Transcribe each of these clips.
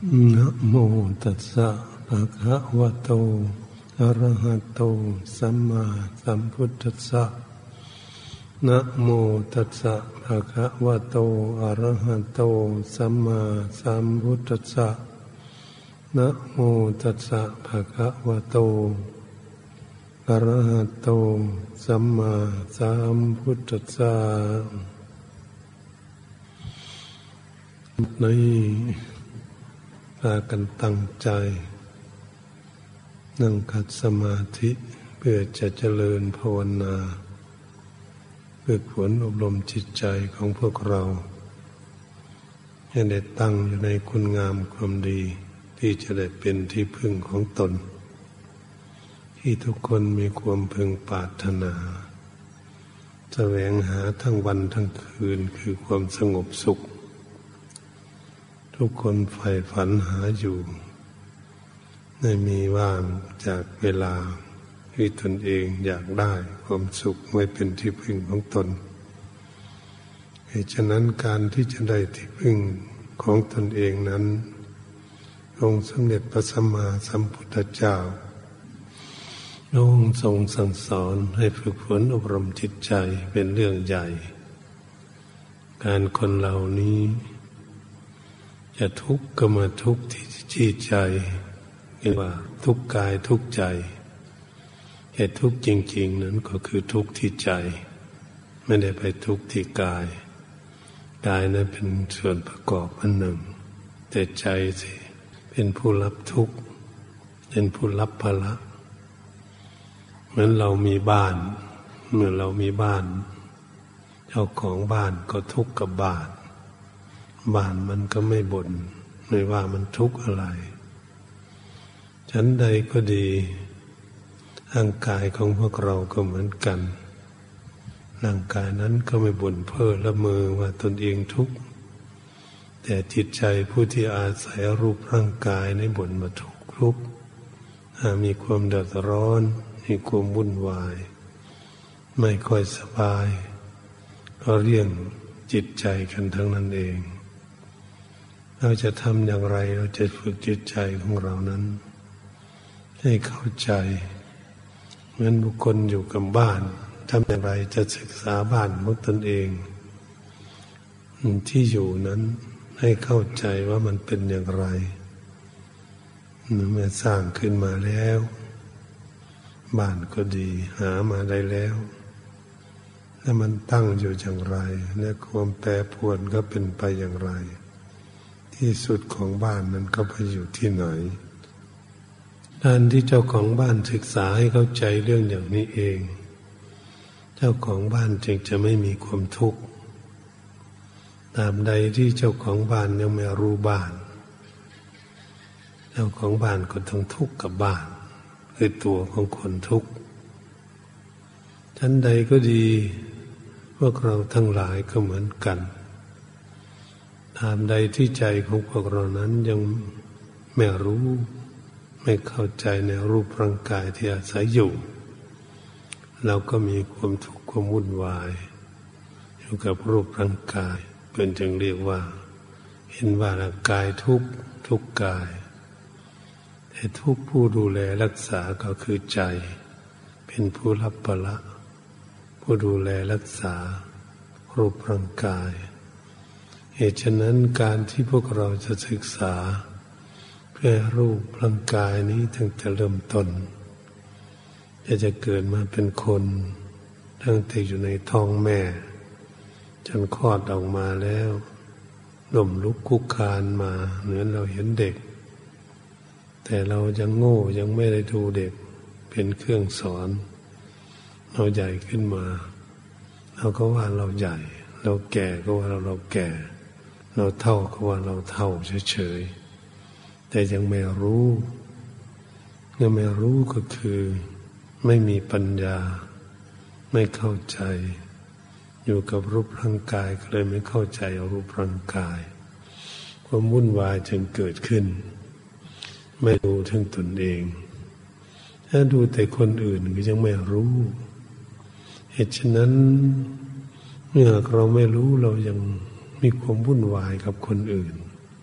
นะโมตัสสะภะคะวะโตอะระหะโตสัมมาสัมพุทธัสสะนะโมตัสสะภะคะวะโตอะระหะโตสัมมาสัมพุทธัสสะนะโมตัสสะภะคะวะโตอะระหะโตสัมมาสัมพุทธัสสะพากันตั้งใจนั่งขัดสมาธิเพื่อจะเจริญภาวนาฝึกฝนอบรมจิตใจของพวกเราให้ได้ตั้งอยู่ในคุณงามความดีที่จะได้เป็นที่พึ่งของตนที่ทุกคนมีความพึงปรารถนาแสวงหาทั้งวันทั้งคืนคือความสงบสุขทุกคนใฝ่ฝันหาอยู่ไม่มีว่างจากเวลาที่ตนเองอยากได้ความสุขไว้เป็นที่พึ่งของตนเหตุฉะนั้นการที่จะได้ที่พึ่งของตนเองนั้นองค์สมเด็จพระสัมมาสัมพุทธเจ้าองค์ทรงสั่งสอนให้ฝึกฝนอบรมจิตใจเป็นเรื่องใหญ่การคนเหล่านี้จะทุกข์ก็มาทุกข์ที่ใจเรียกว่าทุกข์กายทุกข์ใจเหตุทุกข์จริงๆนั้นก็คือทุกข์ที่ใจไม่ได้ไปทุกข์ที่กายกายนั้นเป็นส่วนประกอบอันหนึ่งแต่ใจสิเป็นผู้รับทุกข์เป็นผู้รับภาระเหมือนเรามีบ้านเมื่อเรามีบ้านเจ้าของบ้านก็ทุกข์กับบ้านมันก็ไม่บ่นไม่ว่ามันทุกข์อะไรฉันใดก็ดีร่างกายของพวกเราก็เหมือนกันร่างกายนั้นก็ไม่บ่นเพ้อละเมอว่าตนเองทุกข์แต่จิตใจผู้ที่อาศัยรูปร่างกายในบ่นมาทุกข์มีความเดือดร้อนมีความวุ่นวายไม่ค่อยสบายก็เรื่องจิตใจกันทั้งนั้นเองเราจะทำอย่างไรเราจะฝึกจิตใจของเรานั้นให้เข้าใจเหมือนบุคคลอยู่กับบ้านทำอย่างไรจะศึกษาบ้านของตนเองที่อยู่นั้นให้เข้าใจว่ามันเป็นอย่างไรเมื่อสร้างขึ้นมาแล้วบ้านก็ดีหามาได้แล้วแล้วมันตั้งอยู่อย่างไรและความแปรปรวนก็เป็นไปอย่างไรที่สุดของบ้านนั้นก็ไปอยู่ที่ไหนการที่เจ้าของบ้านศึกษาให้เข้าใจเรื่องอย่างนี้เองเจ้าของบ้านจึงจะไม่มีความทุกข์ตราบใดที่เจ้าของบ้านยังไม่รู้บ้านเจ้าของบ้านก็ต้องทุกข์กับบ้านคือตัวของคนทุกข์ชั้นใดก็ดีพวกเราทั้งหลายก็เหมือนกันตราบใดที่ใจของพวกเรานั้นยังไม่รู้ไม่เข้าใจในรูปร่างกายที่อาศัยอยู่เราก็มีความทุกข์ความวุ่นวายอยู่กับรูปร่างกายเป็นจึงเรียกว่าเห็นว่าร่างกายทุกข์กายแต่ทุกผู้ดูแลรักษาก็คือใจเป็นผู้รับภาระผู้ดูแลรักษารูปร่างกายเหตุฉะนั้นการที่พวกเราจะศึกษาเพื่อรูปร่างกายนี้ตั้งแต่เริ่มต้นจะเกิดมาเป็นคนตั้งแต่อยู่ในท้องแม่จนคลอดออกมาแล้วล้มลุกคลุกคลานมาเหมือนเราเห็นเด็กแต่เรายังโง่ยังไม่ได้ดูเด็กเป็นเครื่องสอนเราใหญ่ขึ้นมาเราก็ว่าเราใหญ่เราแก่ก็ว่าเราแก่เราเฒ่าก็ว่าเราเฒ่าเฉยๆแต่ยังไม่รู้ก็คือไม่มีปัญญาไม่เข้าใจอยู่กับรูปร่างกายก็เลยไม่เข้าใจรูปร่างกายความวุ่นวายจึงเกิดขึ้นไม่รู้ถึงตนเองถ้าดูแต่คนอื่นก็ยังไม่รู้เหตุฉะนั้นเมื่อเราไม่รู้เรายังมีความวุ่นวายกับคนอื่น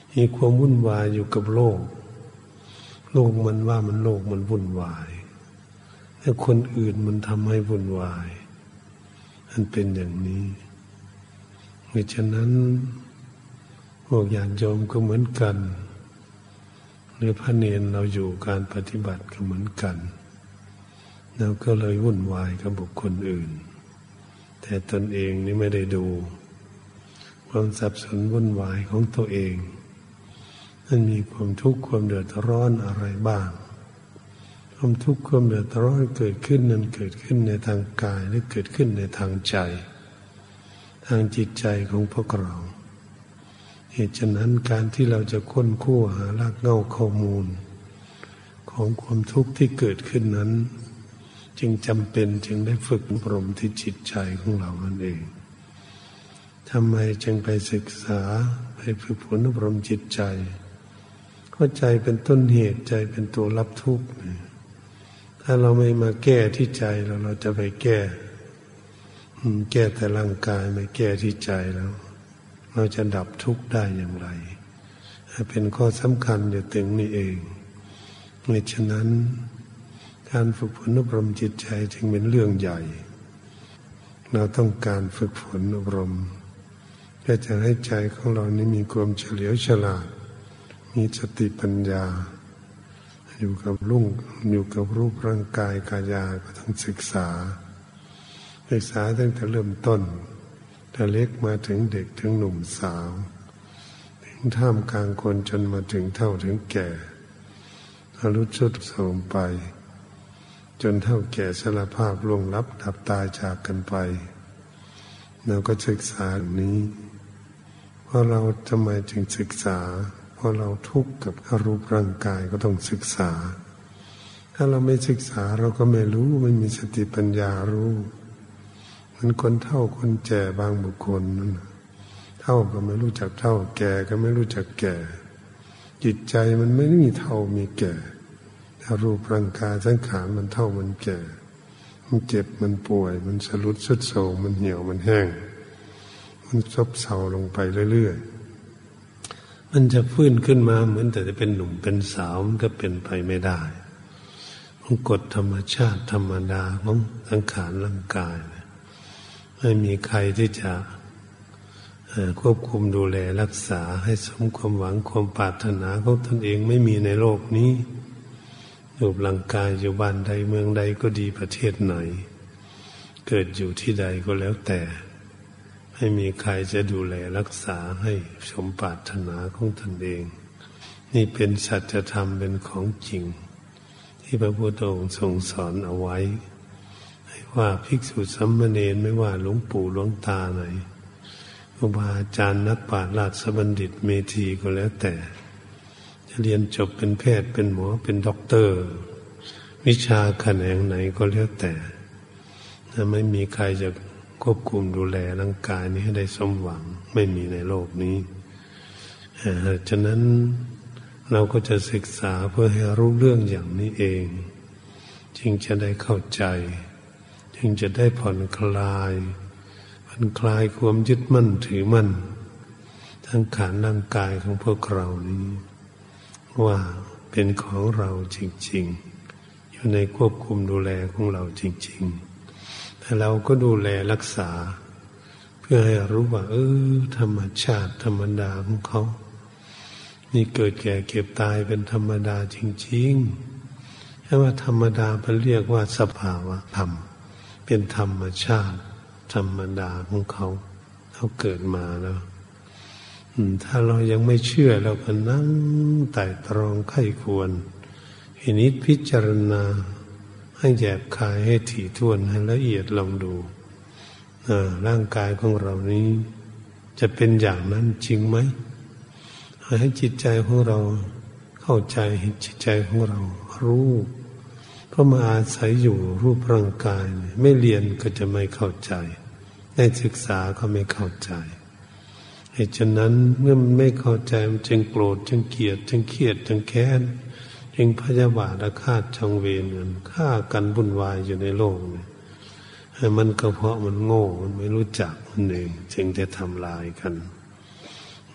มีความวุ่นวายอยู่กับโลกมันว่ามันโลกมันวุ่นวายแต่คนอื่นมันทำให้วุ่นวายมันเป็นอย่างนี้เพราะฉะนั้นพวกญาติโยมก็เหมือนกันหรือพระเนรเราอยู่การปฏิบัติก็เหมือนกันเราก็เลยวุ่นวายกับบุคคลอื่นแต่ตนเองนี่ไม่ได้ดูความสับสนวุ่นวายของตัวเองมันมีความทุกข์ความเดือดร้อนอะไรบ้างความทุกข์ความเดือดร้อนเกิดขึ้นนั้นเกิดขึ้นในทางกายหรือเกิดขึ้นในทางใจทางจิตใจของพวกเราเหตุฉะนั้นการที่เราจะค้นคว้าหารากเหง้าข้อมูลของความทุกข์ที่เกิดขึ้นนั้นจึงจำเป็นจึงได้ฝึกอบรมที่จิตใจของเรานั่นเองทำไมจึงไปศึกษาไปฝึกฝนอบรมจิตใจเพราะใจเป็นต้นเหตุใจเป็นตัวรับทุกข์ถ้าเราไม่มาแก้ที่ใจเราจะไปแก้แต่ร่างกายไม่แก้ที่ใจแล้วเราจะดับทุกข์ได้อย่างไรเป็นข้อสำคัญอยู่ตรงนี้เองเพราะฉะนั้นการฝึกฝนอบรมจิตใจจึงเป็นเรื่องใหญ่เราต้องการฝึกฝนอบรมเพื่อจะให้ใจของเรานี้มีความเฉลียวฉลาดมีสติปัญญาอยู่กับรูปร่างกายกายาก็ต้องศึกษาตั้งแต่เริ่มต้นแต่เล็กมาถึงเด็กถึงหนุ่มสาวถึงท่ามกลางคนจนมาถึงเฒ่าถึงแก่อายุชุดโทรมไปจนเฒ่าแก่สารภาพล่วงลับดับตายจากกันไปเราก็ศึกษาอย่างนี้เพราะเราทำไมจึงศึกษาเพราะเราทุกข์กับรูปร่างกายก็ต้องศึกษาถ้าเราไม่ศึกษาเราก็ไม่รู้ไม่มีสติปัญญารู้มันคนเฒ่าคนแก่บางบุคคลนั่นเฒ่าก็ไม่รู้จักเฒ่าแก่ก็ไม่รู้จักแก่จิตใจมันไม่มีเฒ่ามีแก่ถ้ารูปร่างกายสังขารมันเฒ่ามันแก่มันเจ็บมันป่วยมันสรุดทรุดโทรมมันเหี่ยวมันแห้งมันซบเซาลงไปเรื่อยๆมันจะฟื้นขึ้นมาเหมือนแต่จะเป็นหนุ่มเป็นสาวมันก็เป็นไปไม่ได้มันกฎธรรมชาติธรรมดาของสังขารร่างกายไม่มีใครที่จะควบคุมดูแลรักษาให้สมความหวังความปรารถนาของตนเองไม่มีในโลกนี้รูปร่างกายอยู่บ้านใดเมืองใดก็ดีประเทศไหนเกิดอยู่ที่ใดก็แล้วแต่ไม่มีใครจะดูแลรักษาให้สมปรารถนาของตนเองนี่เป็นสัจธรรมเป็นของจริงที่พระพุทธองค์ทรงสอนเอาไว้ว่าภิกษุสามเณรไม่ว่าหลวงปู่หลวงตาไหนครูบาอาจารย์นักปราชญ์ราชบัณฑิตเมธีก็แล้วแต่จะเรียนจบเป็นแพทย์เป็นหมอเป็นด็อกเตอร์วิชาแขนงไหนก็แล้วแต่ไม่มีใครจะควบคุมดูแลร่างกายนี้ให้ได้สมหวังไม่มีในโลกนี้ฉะนั้นเราก็จะศึกษาเพื่อให้รู้เรื่องอย่างนี้เองจึงจะได้เข้าใจจึงจะได้ผ่อนคลายความยึดมั่นถือมั่นทั้งขานร่างกายของพวกเรานี้ว่าเป็นของเราจริงๆอยู่ในควบคุมดูแลของเราจริงๆแต่เราก็ดูแลรักษาเพื่อให้รู้ว่าธรรมชาติธรรมดาของเขานี่เกิดแก่เก็บตายเป็นธรรมดาจริงๆแค่ว่าธรรมดามันเรียกว่าสภาวะธรรมเป็นธรรมชาติธรรมดาของเขาเกิดมาแล้วถ้าเรายังไม่เชื่อเราก็นั่งไต่ตรองไข้ควรพินิจพิจารณาให้แยบคายให้ถี่ถ้วนให้ละเอียดลองดูร่างกายของเรานี้จะเป็นอย่างนั้นจริงไหมให้จิตใจของเราเข้าใจให้จิตใจของเรารู้เพราะมาอาศัยอยู่รูปร่างกายไม่เรียนก็จะไม่เข้าใจได้ศึกษาก็ไม่เข้าใจเหตุฉะนั้นเมื่อมันไม่เข้าใจมันจึงโกรธจึงเกลียดจึงเครียดจึงแค้นจึงพยาบาทอาฆาตจองเวรกันฆ่ากันวุ่นวายอยู่ในโลกนี่มันก็เพราะมันโง่มันไม่รู้จักมันเองจึงจะทำลายกัน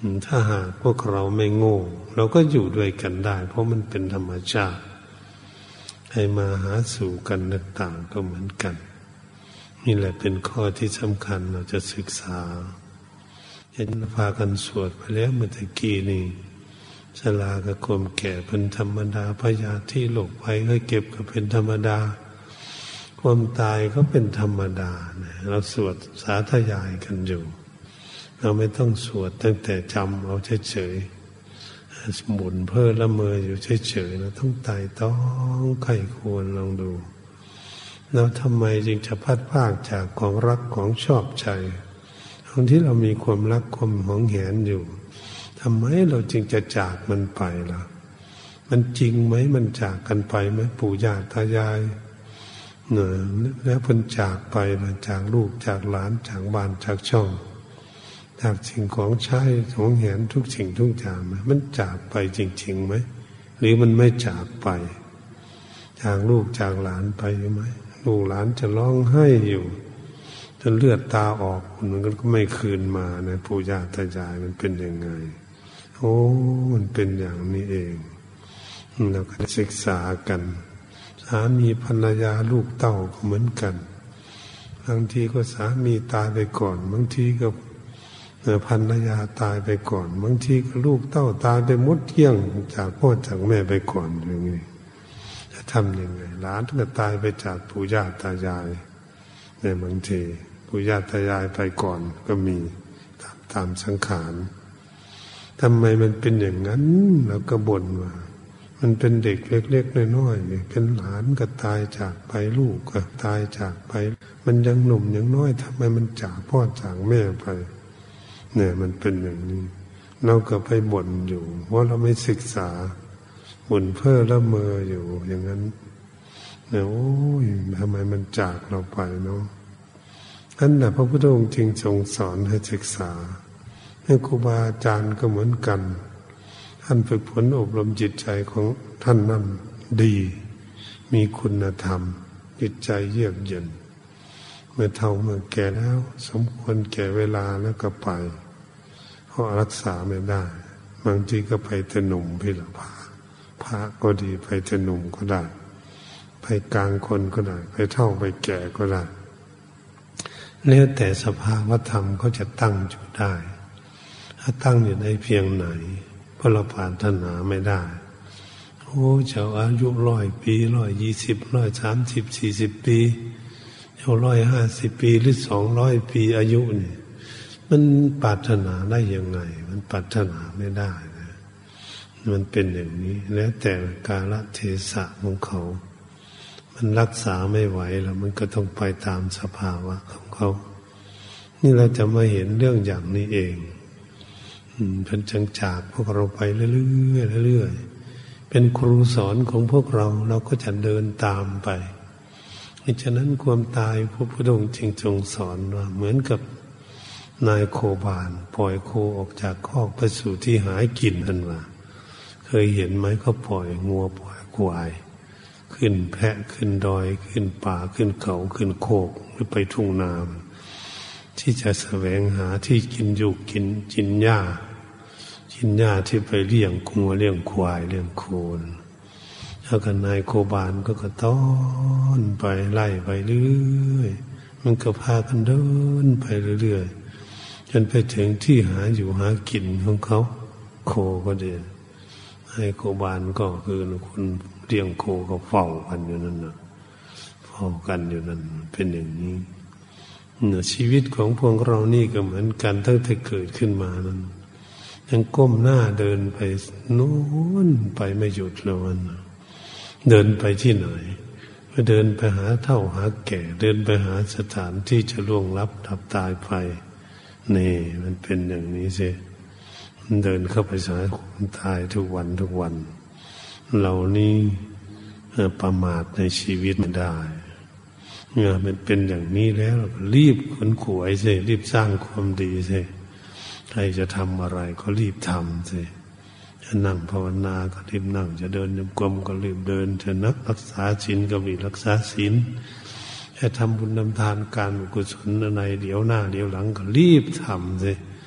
ถ้าหากพวกเราไม่โง่เราก็อยู่ด้วยกันได้เพราะมันเป็นธรรมชาติให้มาหาสู่กันต่างๆก็เหมือนกันนี่แหละเป็นข้อที่สำคัญเราจะศึกษาเห็นพากันสวดไปแล้วเมื่อตะกี้นี่ชรากับความแก่เป็นธรรมดาพยาธิโรคภัยก็เก็บก็เป็นธรรมดาความตายก็เป็นธรรมดานะเราสวดสาธยายกันอยู่เราไม่ต้องสวดตั้งแต่จำเอาเฉยๆสมุนเพ้อละเมออยู่เฉยๆเราต้องไต่ต้องไข้ควรลองดูแล้วทำไมจึงจะพัดพรากจากของรักของชอบใจทั้งที่เรามีความรักความหวงแหนอยู่ทำไมเราจึงจะจากมันไปล่ะมันจริงไหมมันจากกันไปไหมปู่ย่าตายายแล้วเพิ่นจากไปนะจากลูกจากหลานจากบ้านจากช่องจากสิ่งของใช้ของแหนทุกสิ่งทุกอย่างมันจากไปจริงๆไหมหรือมันไม่จากไปจากลูกจากหลานไปไหมลูกหลานจะร้องไห้อยู่จนเลือดตาออกมันก็ไม่คืนมานะปู่ย่าตายายมันเป็นยังไงโอ้มันเป็นอย่างนี้เองเราก็ศึกษากันสามีภรรยาลูกเต้าก็เหมือนกันบางทีก็สามีตายไปก่อนบางทีก็ภรรยาตายไปก่อนบางทีก็ลูกเต้าตายไปหมดเที่ยงจากพ่อจากแม่ไปก่อนอย่างนี้จะทำยังไงหลานก็ตายไปจากปู่ย่าตายายในบางทีปู่ย่าตายายไปก่อนก็มีตามสังขารทำไมมันเป็นอย่างนั้นเราก็บ่นว่ามันเป็นเด็กเล็กๆน้อยๆเป็นหลานก็ตายจากไปลูกก็ตายจากไปมันยังหนุ่มยังน้อยทำไมมันจากพ่อจากแม่ไปเนี่ยมันเป็นอย่างนี้เราก็ไปบ่นอยู่เพราะเราไม่ศึกษาบ่นเพ้อละเมออยู่อย่างนั้นเนี่ยโอ้ยทำไมมันจากเราไปเนาะนั่นแหละพระพุทธองค์จึงทรงสอนให้ศึกษาให้ครูบาอาจารย์ก็เหมือนกันท่านฝึกฝนอบรมจิตใจของท่านนั้นดีมีคุณธรรมจิตใจเยือกเย็นเมื่อเฒ่าเมื่อแก่แล้วสมควรแก่เวลาแล้วก็ไปเพราะรักษาไม่ได้บางทีก็ไปแต่หนุ่มพิละพระก็ดีไปแต่หนุ่มก็ได้ไปกลางคนก็ได้ไปเฒ่าไปแก่ก็ได้แล้วแต่สภาวธรรมเขาจะตั้งอยู่ได้ถ้าตั้งอยู่ในเพียงไหนเพราะเราปรารถนาไม่ได้โอ้เจ้าอายุ100 ปี120 130 40 ปีเจ้า150 ปีหรือ200 ปีอายุนี่มันปรารถนาได้ยังไงมันปรารถนาไม่ได้นะมันเป็นอย่างนี้แล้วแต่กาลเทศะของเขามันรักษาไม่ไหวแล้วมันก็ต้องไปตามสภาวะของเขานี่เราจะมาเห็นเรื่องอย่างนี้เองเพิ่นจังจากพวกเราไปเรื่อยๆเรื่อยๆเป็นครูสอนของพวกเราเราก็จะเดินตามไปฉะนั้นความตายพระพุทธองค์จึงทรงสอนว่าเหมือนกับนายโคบานปล่อยโคออกจากคอกไปสู่ที่หากินนั่นว่าเคยเห็นไหมเขาปล่อยงัวปล่อยควายขึ้นแพะขึ้นดอยขึ้นป่าขึ้นเขาขึ้นโคกหรือไปทุ่งนาที่จะแสวงหาที่กินอยู่กินหญ้าที่ไปเลี้ยงงัวเลี้ยงควายเลี้ยงโคแล้วก็นายโคบานก็ต้อนไปไล่ไปเรื่อยมันก็พากันเดินไปเรื่อยจนไปถึงที่หาอยู่หากินของเขาโคก็เดินนายโคบานก็คือคนเลี้ยงโคก็เฝ้ากันอยู่นั่นน่ะเฝ้ากันอยู่นั่นเป็นอย่างนี้ชีวิตของพวกเรานี่ก็เหมือนกันตั้งแต่เกิดขึ้นมานั้นยังก้มหน้าเดินไปโน้นไปไม่หยุดเลยวันเดินไปที่ไหนก็เดินไปหาเฒ่าหาแก่เดินไปหาสถานที่จะล่วงลับดับตายไปนี่มันเป็นอย่างนี้สิมันเดินเข้าไปหาคนตายทุกวันเรานี่ประมาทในชีวิตไม่ได้เมื่อมันเป็นอย่างนี้แล้วรีบขนขวยสิรีบสร้างความดีสิใครจะทำอะไรก็รีบทำสิจะนั่งภาวนาก็รีบนั่งจะเดินจงกรมก็รีบเดินจะนักรักษาศีลก็รีบรักษาศีลจะทำบุญทำทานการกุศลอะไรเดี๋ยวหน้าเดี๋ยวหลังก็รีบทำสิ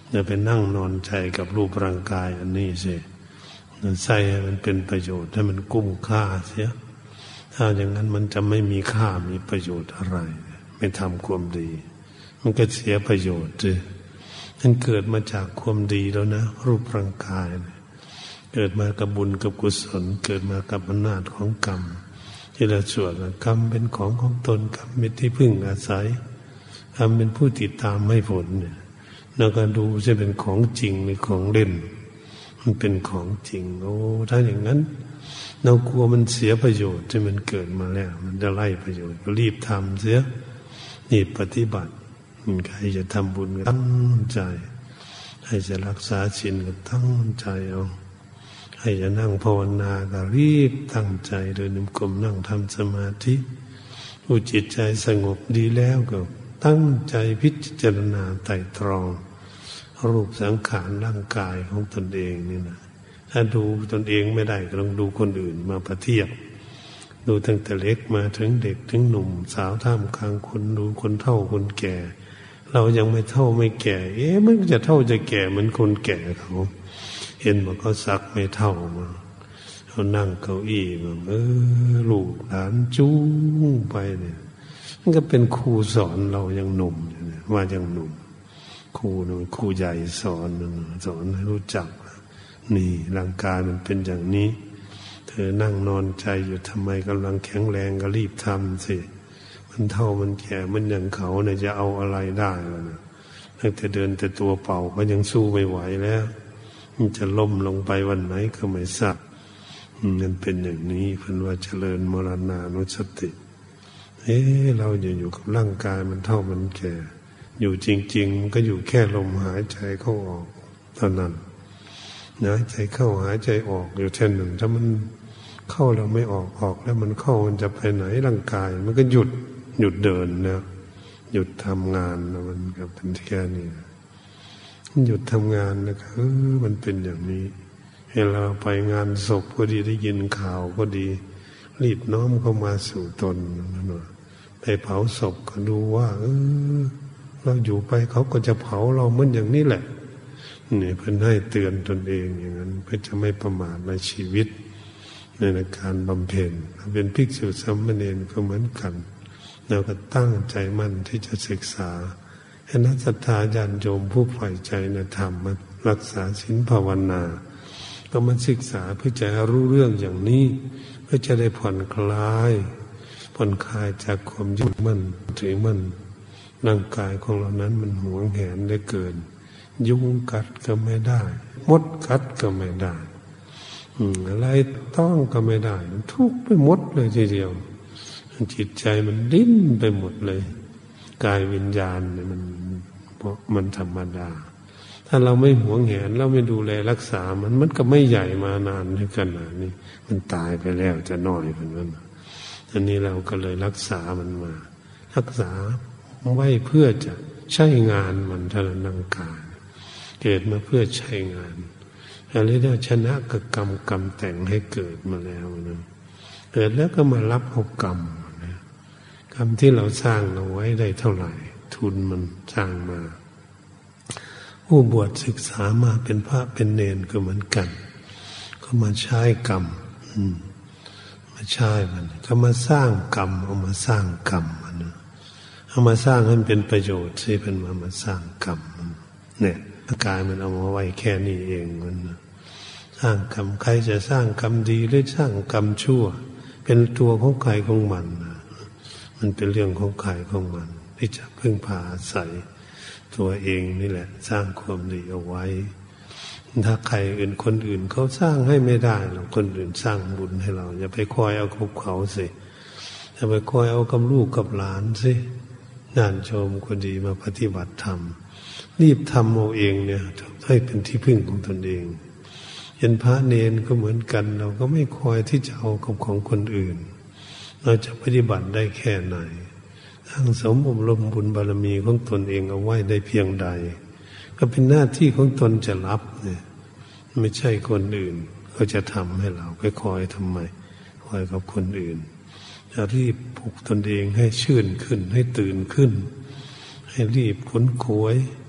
อย่าไปนั่งนอนใจกับรูปร่างกายอันนี้สิใส่ให้มันเป็นประโยชน์ให้มันคุ้มค่าเสียถ้าอย่างนั้นมันจะไม่มีค่ามีประโยชน์อะไรไม่ทำความดีมันก็เสียประโยชน์สิมันเกิดมาจากความดีแล้วนะรูปร่างกายเกิดมากับบุญกับกุศลเกิดมากับอำนาจของกรรมที่เราสวดกรรมเป็นของตนกรรมเป็นที่พึ่งอาศัยกรรมเป็นผู้ติดตามให้ผลเนี่ยเราก็ดูจะเป็นของจริงหรือของเล่นมันเป็นของจริงโอ้ถ้าอย่างนั้นเรากลัวมันเสียประโยชน์ที่มันเกิดมาแล้วมันจะไล่ประโยชน์ก็รีบทำเสียนี่ปฏิบัติใครจะทำบุญก็ตั้งใจใครจะรักษาศีลก็ตั้งใจเอาใครจะนั่งภาวนาก็รีบตั้งใจเดินจงกรมนั่งทำสมาธิผู้จิตใจสงบดีแล้วก็ตั้งใจพิจารณาไตร่ตรองรูปสังขารร่างกายของตนเองนี่นะถ้าดูตนเองไม่ได้ก็ต้องดูคนอื่นมาประเทียบดูตั้งแต่เล็กมาถึงเด็กถึงหนุ่มสาวท่ามกลางคนดูคนเฒ่าคนแก่เรายังไม่เฒ่าไม่แก่มันจะเฒ่าจะแก่เหมือนคนแก่เขาเห็นว่าเขาซักไม่เท่ามาเขานั่งเก้าอี้แบบลูกหลานจูงไปเนี่ยมันก็เป็นครูสอนเรายังหนุ่มว่ายังหนุ่มครูนึงครูใหญ่สอนให้รู้จักนี่ร่างกายมันเป็นอย่างนี้เธอนั่งนอนใจอยู่ทำไมกำลังแข็งแรงก็รีบทำสิมันเท่ามันแก่มันอย่างเขาเนี่ยจะเอาอะไรได้ล่ะนะตั้งแต่เดินแต่ตัวเปล่าก็ยังสู้ไม่ไหวแล้วมันจะล้มลงไปวันไหนก็ไม่ทราบมันเป็นอย่างนี้เพิ่นว่าเจริญมรณานุสติเราอยู่กับร่างกายมันเท่ามันแก่อยู่จริงๆมันก็อยู่แค่ลมหายใจเข้าออกเท่านั้นหายใจเข้าหายใจออกอยู่เช่นหนึ่งถ้ามันเข้าแล้วไม่ออกแล้วมันเข้ามันจะไปไหนร่างกายมันก็หยุดเดินนะหยุดทำงานนะมันก็เป็นแค่นี้หยุดทำงานนะครับมันเป็นอย่างนี้ให้เราไปงานศพก็ดีได้ยินข่าวก็ดีรีบน้อมเข้ามาสู่ตนนะไปเผาศพก็ดูว่าเราอยู่ไปเขาก็จะเผาเราเหมือนอย่างนี้แหละนี่เพื่อนให้เตือนตนเองอย่างนั้นเพื่อจะไม่ประมาทในชีวิตในการบำเพ็ญเป็นภิกษุสามเณรก็เหมือนกันเราก็ตั้งใจมั่นที่จะศึกษาให้นักศรัทธาญาติโยมผู้ใฝ่ใจในธรรมมารักษาศีลภาวนาก็มาศึกษาเพื่อจะรู้เรื่องอย่างนี้เพื่อจะได้ผ่อนคลายจากความยึดมั่นถือมั่นร่างกายของเรานั้นมันหวงแหนได้เกินยุงกัดก็ไม่ได้มดกัดก็ไม่ได้อะไรต้องก็ไม่ได้มันทุกข์ไปหมดเลยทีเดียวจิตใจมันดิ้นไปหมดเลยกายวิญญาณเนี่ยมันธรรมดาถ้าเราไม่หวงแหนเราไม่ดูแลรักษามันก็ไม่ใหญ่มานานถึงขนาดนี้มันตายไปแล้วจะน้อยเป็นนั้นอันนี้เราก็เลยรักษามันมารักษาไว้เพื่อจะใช้งานมันเท่านั้นร่างกายเกิดมาเพื่อใช้งานอะไรได้ชนะกับกรรมแต่งให้เกิดมาแล้วนะเกิดแล้วก็มารับเอากรรมนะกรรมที่เราสร้างเอาไว้ได้เท่าไหร่ทุนมันสร้างมาผู้บวชศึกษามาเป็นพระเป็นเณรก็เหมือนกันก็มาใช้กรรมมาใช้มันก็มาสร้างกรรมเอามาสร้างกรรมมันเอามาสร้างให้มันเป็นประโยชน์สิเป็นมาสร้างกรรมเนี่ยกายมันเอามาไว้แค่นี้เองมันสร้างกรรมใครจะสร้างกรรมดีหรือสร้างกรรมชั่วเป็นตัวของใครของมันมันเป็นเรื่องของใครของมันที่จะพึ่งพาอาศัยตัวเองนี่แหละสร้างความดีเอาไว้ถ้าใครอื่นคนอื่นเขาสร้างให้ไม่ได้หรอกคนอื่นสร้างบุญให้เราอย่าไปคอยเอากับเขาสิอย่าไปคอยเอากับลูกกับหลานสิญาติโยมคนดีมาปฏิบัติธรรมรีบทำเอาเองเนี่ยให้เป็นที่พึ่งของตนเองเห็นพระเนรก็เหมือนกันเราก็ไม่คอยที่จะเอากับของคนอื่นเราจะปฏิบัติได้แค่ไหนทั้งสมอบรมบุญบารมีของตนเองเอาไว้ได้เพียงใดก็เป็นหน้าที่ของตนจะรับเนี่ยไม่ใช่คนอื่นเขาจะทำให้เราไปคอยทำไมคอยกับคนอื่นจะรีบปลุกตนเองให้ชื่นขึ้นให้ตื่นขึ้นให้รีบขนขวย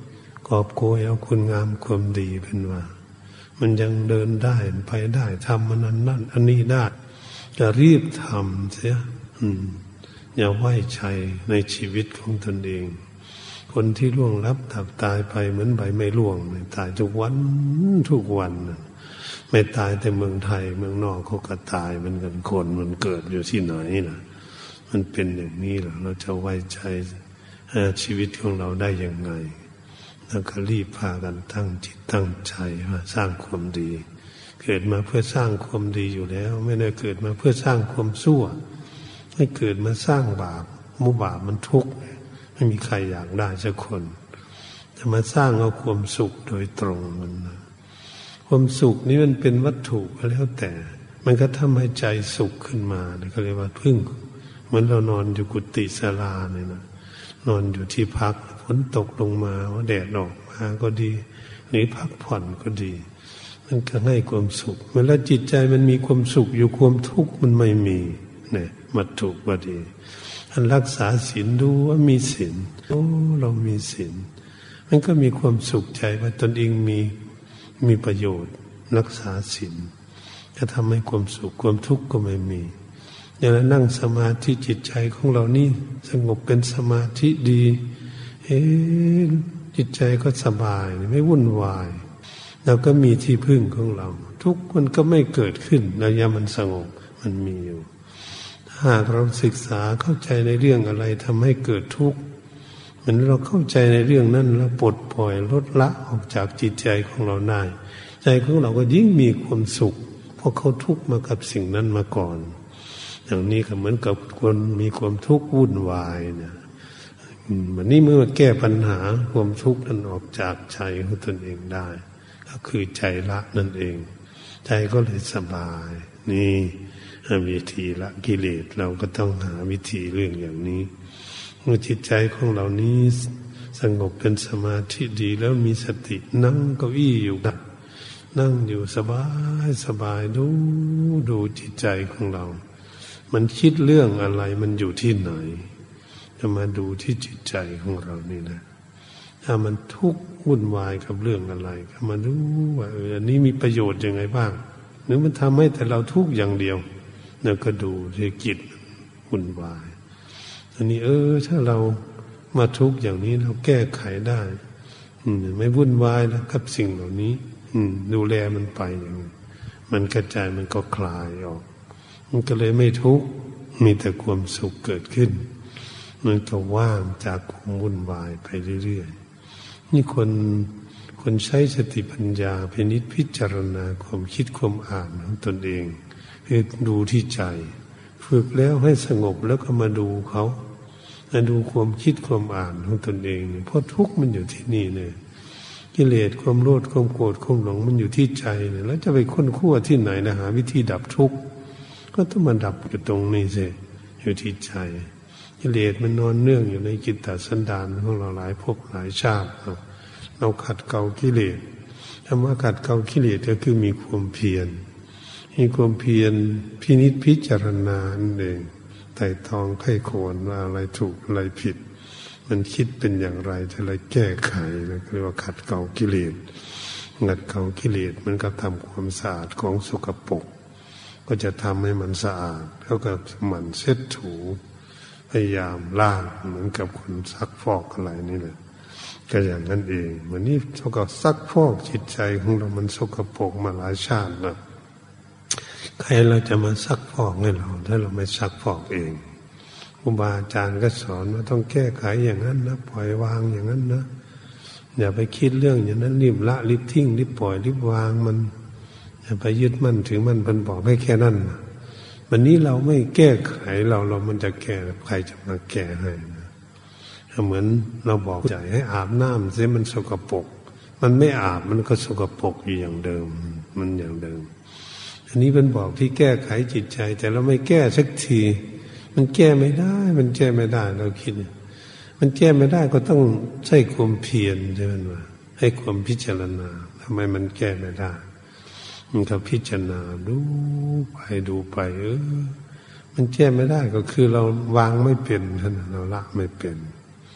กอบโกยเอาคุณงามความดีเป็นว่ามันยังเดินได้ไปได้ทำมันนั่นอันนี้ได้จะรีบทำเสียอย่าไว้ใจในชีวิตของตนเองคนที่ล่วงลับดับตายไปเหมือนใบไม้ร่วงตายทุกวันไม่ตายแต่เมืองไทยเมืองนอกเขาก็ตายมันกันคนมันเกิดอยู่ที่ไหนนะมันเป็นอย่างนี้เหรอเราจะไว้ใจชีวิตของเราได้ยังไงแล้วก็รีบพากันตั้งจิตตั้งใจว่าสร้างความดีเกิดมาเพื่อสร้างความดีอยู่แล้วไม่ได้เกิดมาเพื่อสร้างความชั่วให้เกิดมาสร้างบาปมุบาปมันทุกข์ไม่มีใครอยากได้สักคนจะมาสร้างเอาความสุขโดยตรงมันนะความสุขนี้มันเป็นวัตถุก็แล้วแต่มันก็ทำให้ใจสุขขึ้นมาเขาเรียกว่าพึ่งเหมือนเรานอนอยู่กุฏิศาลาเนี่ยนะนอนอยู่ที่พักฝนตกลงมาว่าแดดออกมาก็ดีหรือพักผ่อนก็ดีมันก็ให้ความสุขเมื่อจิตใจมันมีความสุขอยู่ความทุกข์มันไม่มีเนี่ยวัตถุก็ดีอันรักษาศีลดูว่ามีศีลเรามีศีลมันก็มีความสุขใจว่าตนเองมีประโยชน์รักษาศีลจะทำให้ความสุขความทุกข์ก็ไม่มีอย่างนั้นนั่งสมาธิจิตใจของเรานี่สงบเป็นสมาธิดีจิตใจก็สบายไม่วุ่นวายเราก็มีที่พึ่งของเราทุกข์มันก็ไม่เกิดขึ้นระยะมันสงบมันมีอยู่หากเราศึกษาเข้าใจในเรื่องอะไรทำให้เกิดทุกข์เหมือนเราเข้าใจในเรื่องนั้นแล้วปลดปล่อยลดละออกจากจิตใจของเราได้ใจของเราก็ยิ่งมีความสุขเพราะเขาทุกข์มากับสิ่งนั้นมาก่อนอย่างนี้ก็เหมือนกับคนมีความทุกข์วุ่นวายเนี่ยวันนี้เมื่อแก้ปัญหาความทุกข์นั้นออกจากใจของตนเองได้ก็คือใจละนั่นเองใจก็เลยสบายนี่วิธีละกิเลสเราก็ต้องหาวิธีเรื่องอย่างนี้เมื่อจิตใจของเรานี้สงบเป็นสมาธิดีแล้วมีสตินั่งเก้าอี้อยู่นั่งอยู่สบายดูจิตใจของเรามันคิดเรื่องอะไรมันอยู่ที่ไหนจะมาดูที่จิตใจของเรานี่นะถ้ามันทุกข์วุ่นวายกับเรื่องอะไรก็มาดูว่าอันนี้มีประโยชน์ยังไงบ้างหรือมันทำให้แต่เราทุกข์อย่างเดียวแล้วก็ดูที่จิตวุ่นวายอันนี้ถ้าเรามาทุกข์อย่างนี้เราแก้ไขได้ไม่วุ่นวายแล้วกับสิ่งเหล่านี้ดูแลมันไปอย่างนี้มันกระจายมันก็คลายออกมันก็เลยไม่ทุกข์มีแต่ความสุขเกิดขึ้นมันก็ว่างจากความวุ่นวายไปเรื่อยๆนี่คนใช้สติปัญญาพิจารณาความคิดความอ่านของตนเองคือดูที่ใจฝึกแล้วให้สงบแล้วก็มาดูเขามาดูความคิดความอ่านของตนเองเพราะทุกข์มันอยู่ที่นี่เนี่ยกิเลสความโลภความโกรธความหลงมันอยู่ที่ใจเนี่ยแล้วจะไปค้นคว้าที่ไหนนะหาวิธีดับทุกข์ก็ต้องมาดับอยู่ตรงนี้สิอยู่ที่ใจกิเลสมันนอนเนื่องอยู่ในจิตตสันดานของเราหลายภพหลายชาติเราขัดเกลากิเลสธรรมะขัดเกลากิเลสก็คือมีความเพียรมีความเพียรพินิจพิจารณานั่นเองไต่ตองไข้ควรว่าอะไรถูกอะไรผิดมันคิดเป็นอย่างไรจะอะไรแก้ไขนะเรียกว่าขัดเกลากิเลสขัดเกลากิเลสมันก็ทำความสะอาดของสกปรกก็จะทำให้มันสะอาดแล้วก็หมั่นเช็ดถูพยายามล้างเหมือนกับคนซักฟอกอะไรนี่แหละก็อย่างนั้นเองวันนี้เขาก็ซักฟอกจิตใจของเรามันสกปรกมาหลายชาติแล้วใครเราจะมาซักฟอกให้เราถ้าเราไม่ซักฟอกเองครูบาอาจารย์ก็สอนว่าต้องแก้ไขอย่างนั้นนะปล่อยวางอย่างนั้นนะอย่าไปคิดเรื่องอย่างนั้นรีบละรีบทิ้งรีบปล่อยรีบวางมันอย่าไปยึดมั่นถือมั่นมันบอกให้แค่นั้นนะวันนี้เราไม่แก้ไขเรามันจะแก้ใครจะมาแก้ให้นะเหมือนเราบอกใจให้อาบน้ำเสียมันสกปรกมันไม่อาบมันก็สกปรกอยู่อย่างเดิมมันอย่างเดิมอันนี้เป็นบอกที่แก้ไขจิตใจแต่เราไม่แก้สักทีมันแก้ไม่ได้มันแก้ไม่ได้เราคิดมันแก้ไม่ได้ก็ต้องใช้ความเพียรใช่ไหมว่าให้ความพิจารณาทำไมมันแก้ไม่ได้มันก็พิจารณาดูไปมันแก้ไม่ได้ก็คือเราวางไม่เป็นเราละไม่เป็น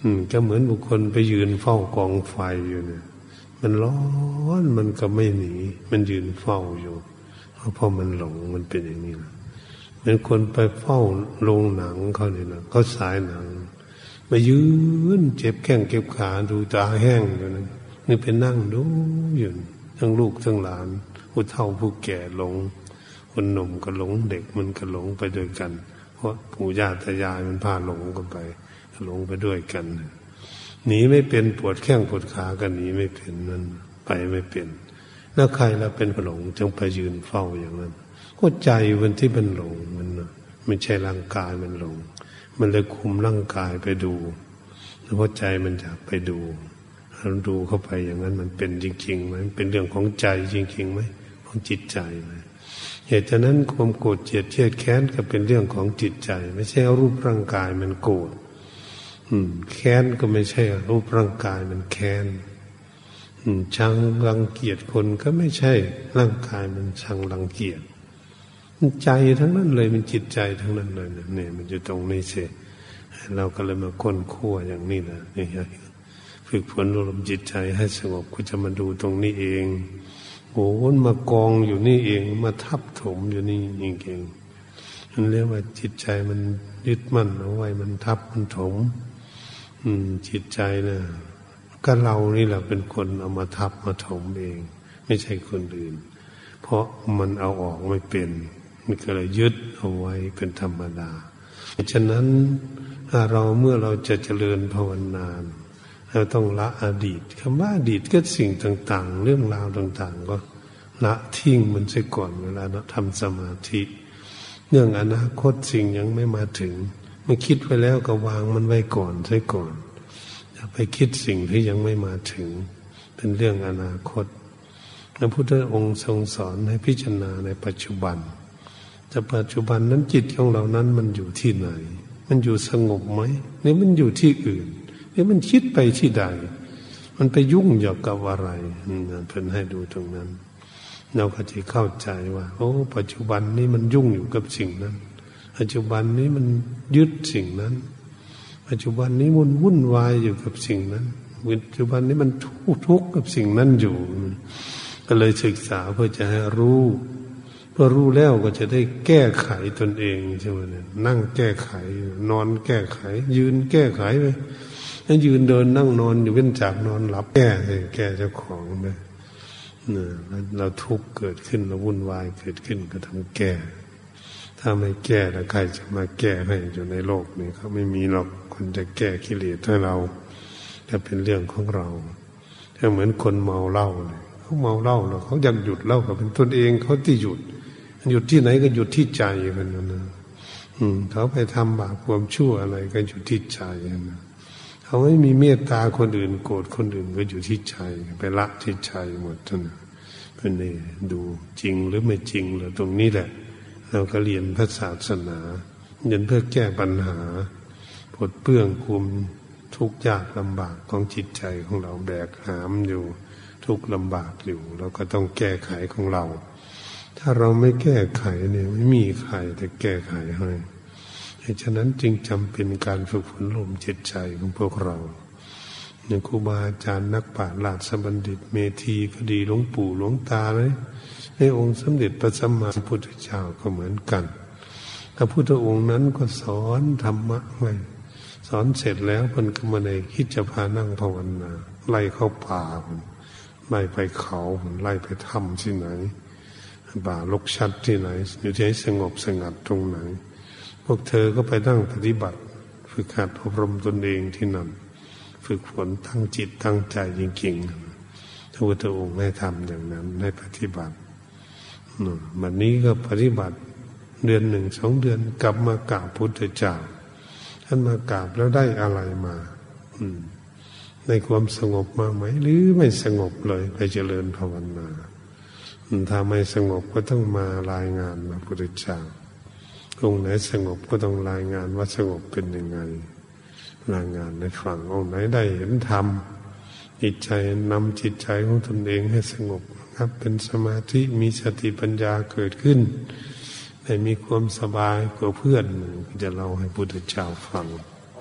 ก็เหมือนบุคคลไปยืนเฝ้ากองไฟอยู่เนี่ยมันร้อนมันก็ไม่หนีมันยืนเฝ้าอยู่เพราะมันหลงมันเป็นอย่างนี้นะเหมือนคนไปเฝ้าโรงหนังเขาเนี่ยนะเขาฉายหนังมายืนเจ็บแข้งเจ็บขาดูตาแห้งอยู่นั่นนี่ไปนั่งดูอยู่ทั้งลูกทั้งหลานผู้เฒ่าผู้แก่หลงคนหนุ่มก็หลงเด็กมันก็หลงไปด้วยกันเพราะปู่ย่าตายายมันพาหลงกันไปหลงไปด้วยกันหนีไม่เป็นปวดแข้งปวดขากันหนีไม่เป็นนั่นไปไม่เป็นแล้วใครเราเป็นหลงจึงไปยืนเฝ้าอย่างนั้นก็ใจมันที่มันหลงมันไม่ใช่ร่างกายมันหลงมันเลยคุมร่างกายไปดูเพราะใจมันอยากไปดูเราดูเข้าไปอย่างนั้นมันเป็นจริงๆไหมเป็นเรื่องของใจจริงๆไหมของจิตใจไหมเหตุฉะนั้นความโกรธเกลียดเครียดแค้นก็เป็นเรื่องของจิตใจไม่ใช่รูปร่างกายมันโกรธแค้นก็ไม่ใช่รูปร่างกายมันแค้นชังรังเกียจคนก็ไม่ใช่ร่างกายมันชังรังเกียจมันใจทั้งนั้นเลยมันจิตใจทั้งนั้นเลยเนี่ยมันอยู่ตรงนี้สิเราก็เลยมาค้นคว้าอย่างนี้นะนี่ฝึกฝนอารมณ์จิตใจให้สงบก็จะมาดูตรงนี้เองโอ้มันมากองอยู่นี่เองมาทับถมอยู่นี่เองมันเรียกว่าจิตใจมันยึดมั่นเอาไว้มันทับมันถมจิตใจนะก็เรานี่แหละเป็นคนเอามาทับมาถมเองไม่ใช่คนอื่นเพราะมันเอาออกไม่เป็นมันก็เลยยึดเอาไว้เป็นธรรมดาฉะนั้นถ้าเราเมื่อเราจะเจริญภาวนาเราต้องละอดีตคำว่าอดีตก็สิ่งต่างๆเรื่องราวต่างๆก็ละทิ้งมันเสียก่อนเวลาเราทำสมาธิเรื่องอนาคตสิ่งยังไม่มาถึงมันคิดไว้แล้วก็วางมันไว้ก่อนเสียก่อนอย่าไปคิดสิ่งที่ยังไม่มาถึงเป็นเรื่องอนาคตพระพุทธองค์ทรงสอนให้พิจารณาในปัจจุบันแต่ปัจจุบันนั้นจิตของเรานั้นมันอยู่ที่ไหนมันอยู่สงบไหมหรือมันอยู่ที่อื่นหรือมันคิดไปที่ใดมันไปยุ่งเกี่ยวกับอะไรเพิ่นให้ดูตรงนั้นเราก็จะเข้าใจว่าโอ้ปัจจุบันนี้มันยุ่งอยู่กับสิ่งนั้นปัจจุบันนี้มันยึดสิ่งนั้นปัจจุบันนี้มันวุ่นวายอยู่กับสิ่งนั้นปัจจุบันนี้มันทุกข์กับสิ่งนั้นอยู่ก็เลยศึกษาเพื่อจะให้รู้เพื่อรู้แล้วก็จะได้แก้ไขตนเองใช่ไหมเนี่ยนั่งแก้ไขนอนแก้ไขยืนแก้ไขไปยืนเดินนั่งนอนอยู่เว้นจากนอนหลับแก้เจ้าของไปเราทุกข์เกิดขึ้นเราวุ่นวายเกิดขึ้นก็ต้องแก้ถ้าไม่แก้แล้วใครจะมาแก้ให้อยู่ในโลกนี้เขาไม่มีหรอกคนจะแก้กิเลสให้เราจะเป็นเรื่องของเราถ้าเหมือนคนเมาเหล้าเลยเขาเมาเหล้าแล้วเขาอยากหยุดเหล้าก็เป็นตนเองเขาที่หยุดที่ไหนก็หยุดที่ใจมันนะเขาไปทำบาปความชั่วอะไรก็อยู่ที่ใจนะเขาไม่มีเมตตาคนอื่นโกรธคนอื่นก็อยู่ที่ใจไปละที่ใจหมดท่านเป็นนี่ดูจริงหรือไม่จริงหรือตรงนี้แหละเราก็เรียนพระศาสนาเรียนเพื่อแก้ปัญหาปลดเปลื้องความทุกข์ยากลำบากของจิตใจของเราแบกหามอยู่ทุกข์ลำบากอยู่เราก็ต้องแก้ไขของเราถ้าเราไม่แก้ไขเนี่ยไม่มีใครจะแก้ไขให้ฉะนั้นจึงจำเป็นการฝึกฝนลมจิตใจของพวกเราอย่างครูบาอาจารย์นักปราชญ์ราชบัณฑิตเมธีก็ดีหลวงปู่หลวงตาเลยในองค์สมเด็จพระสัมมาสัมพุทธเจ้าก็เหมือนกันพระพุทธองค์นั้นก็สอนธรรมะไว้สอนเสร็จแล้วเพิ่นก็มาในคิดจะพานั่งภาวนาไล่เข้าป่าไล่ไปเขาไล่ไปถ้ำที่ไหนป่ารกชัดที่ไหนอยู่ที่สงบสงัดตรงไหนพวกเธอก็ไปนั่งปฏิบัติฝึกหัดอบรมตนเองที่นั่นฝึกฝนทั้งจิตทั้งใจจริงๆพระพุทธองค์ให้ทำอย่างนั้นให้ปฏิบัติวันนี้ก็ปฏิบัติเดือนหนึ่งสองเดือนกลับมากราบพุทธเจ้าท่านมากราบแล้วได้อะไรมาในความสงบมาไหมหรือไม่สงบเลยไปเจริญภาวนาถ้าไม่สงบก็ต้องมารายงานพระพุทธเจ้าองค์ไหนสงบก็ต้องรายงานว่าสงบเป็นยังไงรายงานในฝั่งองค์ไหนได้เห็นธรรมจิตใจนำจิตใจของตนเองให้สงบครับเป็นสมาธิมีสติปัญญาเกิดขึ้นได้มีความสบายกว่าเพื่อนก็จะเล่าให้พุทธเจ้าฟัง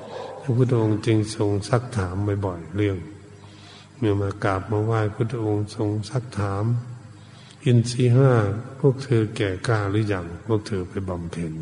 พระพุทธองค์จึงทรงซักถามบ่อยๆเรื่องเมื่อมากราบมาไหว้พระพุทธองค์ทรงซักถามอินทรีย์ห้าพวกเธอแก่กล้าหรือยังพวกเธอไปบำเพ็ญ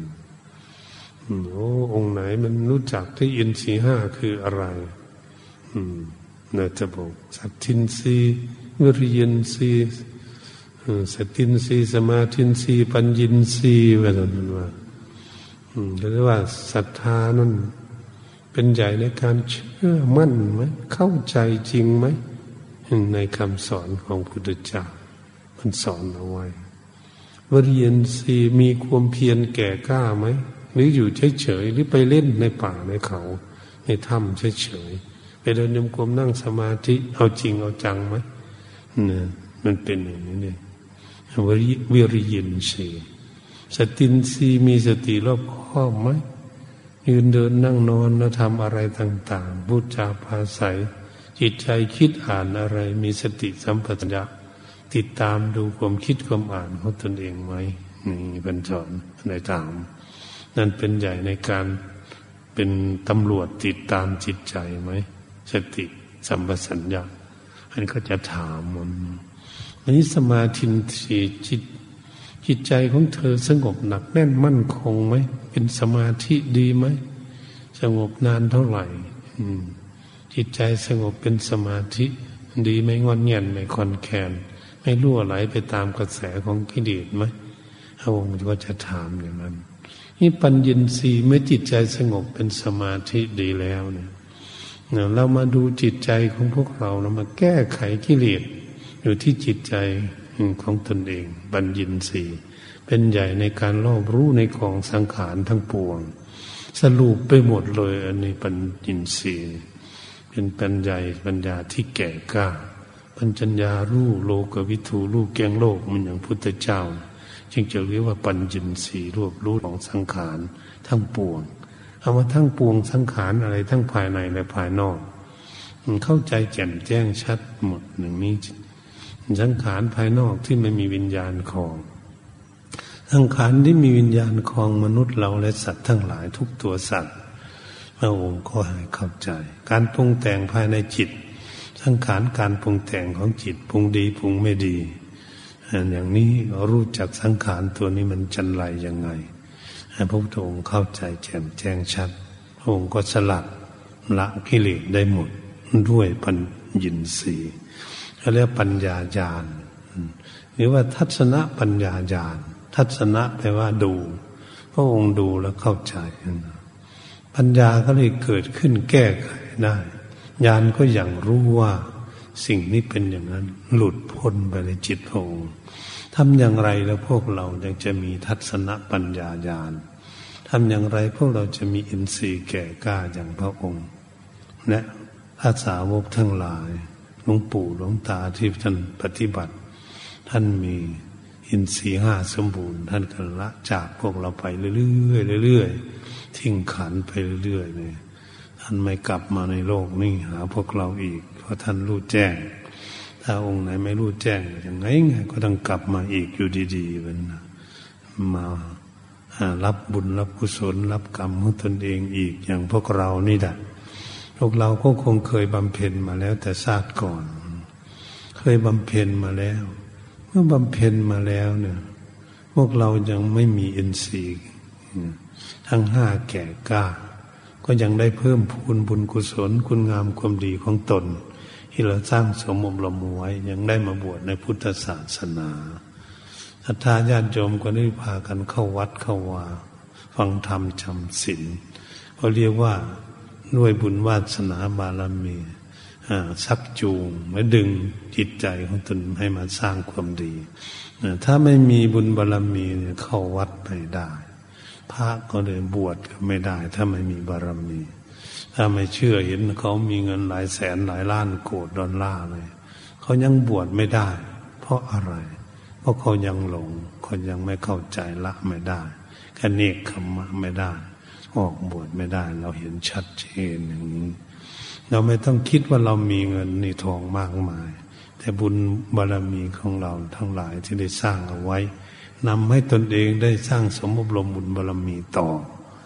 องค์ไหนมันรู้จักที่อินทรีย์ห้าคืออะไรน่าจะบอกสัตทินรีวิริยินรีสตินรีสมาธินรีปัญญินรีว่านั้นว่าเรียกว่าศรัทธานั้นเป็นใหญ่ในการเชื่อมั่นไหมเข้าใจจริงไหมในคำสอนของพระพุทธเจ้ามันสอนเอาไว้วิริยินรีมีความเพียรแก่กล้าไหมหรืออยู่เฉยๆหรือไปเล่นในป่าในเขาในถ้ำเฉยๆไปเดินโยมกลมนั่งสมาธิเอาจริงเอาจังไหมเนี่ยมันเป็นอย่างนี้เนี่ยวิริยินรีสตินรีมีสติรอบคอบไหมยืนเดินนั่งนอนแล้วทำอะไรต่างๆพูดจาภาษาจิตใจคิดอ่านอะไรมีสติสัมปชัญญะติดตามดูความคิดความอ่านของตนเองไหมนี่เป็นสอนในถามนั่นเป็นใหญ่ในการเป็นตำรวจติดตามจิตใจไหมสติสัมปชัญญะอันก็จะถามอันนี้สมาธิจิตใจของเธอสงบหนักแน่นมั่นคงไหมเป็นสมาธิดีไหมสงบนานเท่าไหร่จิตใจสงบเป็นสมาธิดีไม่งอนเงียนไม่คอนแคนไม่รั่วไหลไปตามกระแสของกิเลสไหมพระองค์ก็จะถามอย่างนั้นนี่ปัญญินทรีย์เมื่อจิตใจสงบเป็นสมาธิดีแล้วเนี่ยเรามาดูจิตใจของพวกเราแล้วมาแก้ไขกิเลสอยู่ที่จิตใจของตนเองปัญญินทรีย์เป็นใหญ่ในการรอบรู้ในของสังขารทั้งปวงสรุปไปหมดเลยอันนี้ปัญญินทรีย์เป็นปัญญาที่แก่กล้าปัญญารู้โลกวิถูรู้แกงโลกมันอย่างพุทธเจ้าจึงจะเรียกว่าปัญญินทรีย์รวบรู้ของสังขารทั้งปวงเอามาทั้งปวงสังขารอะไรทั้งภายในและภายนอกมันเข้าใจแจ่มแจ้งชัดหมดอย่างนี้สังขารภายนอกที่ไม่มีวิญญาณครองสังขารที่มีวิญญาณครองมนุษย์เราและสัตว์ทั้งหลายทุกตัวสัตว์พระองค์ก็ให้เข้าใจการปรุงแต่งภายในจิตสังขารการปรุงแต่งของจิตปรุงดีปรุงไม่ดีอย่างนี้รู้จักสังขารตัวนี้มันจันไรยังไงพระพุทธองค์เข้าใจแจ่มแจ้งชัดพระองค์ก็สลัดละกิเลสได้หมดด้วยปัญญินทรีย์เรียกปัญญาญาณหรือว่าทัศนปัญญาญาณทัศนะแปลว่าดูพระองค์ดูแล้วเข้าใจปัญญาก็เลยเกิดขึ้นแก้ไขได้ญาณก็อย่างรู้ว่าสิ่งนี้เป็นอย่างนั้นหลุดพ้นไปในจิตพระองค์ทำอย่างไรแล้วพวกเรายังจะมีทัศนปัญญาญาณทำอย่างไรพวกเราจะมีอินทรีย์แก่กล้าอย่างพระองค์และพระสาวกทั้งหลายหลวงปู่หลวงตาที่ท่านปฏิบัติท่านมีอินทรีย์ห้าสมบูรณ์ท่านก็ละจากพวกเราไปเรื่อยๆเรื่อยๆทิ้งขันไปเรื่อยๆเลยท่านไม่กลับมาในโลกนี้หาพวกเราอีกเพราะท่านรู้แจ้งถ้าองค์ไหนไม่รู้แจ้งอย่างไงก็ต้องกลับมาอีกอยู่ดีๆมันมารับบุญรับกุศลรับกรรมของตนเองอีกอย่างพวกเรานี่แหละพวกเราก็คงเคยบำเพ็ญมาแล้วแต่ชาติก่อนเคยบำเพ็ญมาแล้วเมื่อบำเพ็ญมาแล้วเนี่ยพวกเรายังไม่มีอินทรีย์ทั้งห้าแก่กล้าก็ยังได้เพิ่มพูนบุญกุศลคุณงามความดีของตนที่เราสร้างสมอบรมไว้ยังได้มาบวชในพุทธศาสนาศรัทธาญาติโยมก็ได้พากันเข้าวัดเข้าวาฟังธรรมจำศีลเขาเรียกว่าด้วยบุญวาสนาบารมีชักจูงและดึงจิตใจของตนให้มาสร้างความดีถ้าไม่มีบุญบารมีเนี่ยเข้าวัดไม่ได้พระก็เลยบวชก็ไม่ได้ถ้าไม่มีบารมีถ้าไม่เชื่อเห็นเขามีเงินหลายแสนหลายล้านโกดดอลลาร์เลยเขายังบวชไม่ได้เพราะอะไรเพราะเขายังหลงเขายังไม่เข้าใจละไม่ได้คะเนกขมะไม่ได้ออกบวชไม่ได้เราเห็นชัดเจนอย่างนี้เราไม่ต้องคิดว่าเรามีเงินในทองมากมายแต่บุญบารมีของเราทั้งหลายที่ได้สร้างเอาไว้นำให้ตนเองได้สร้างสมอบรมบุญบารมีต่อ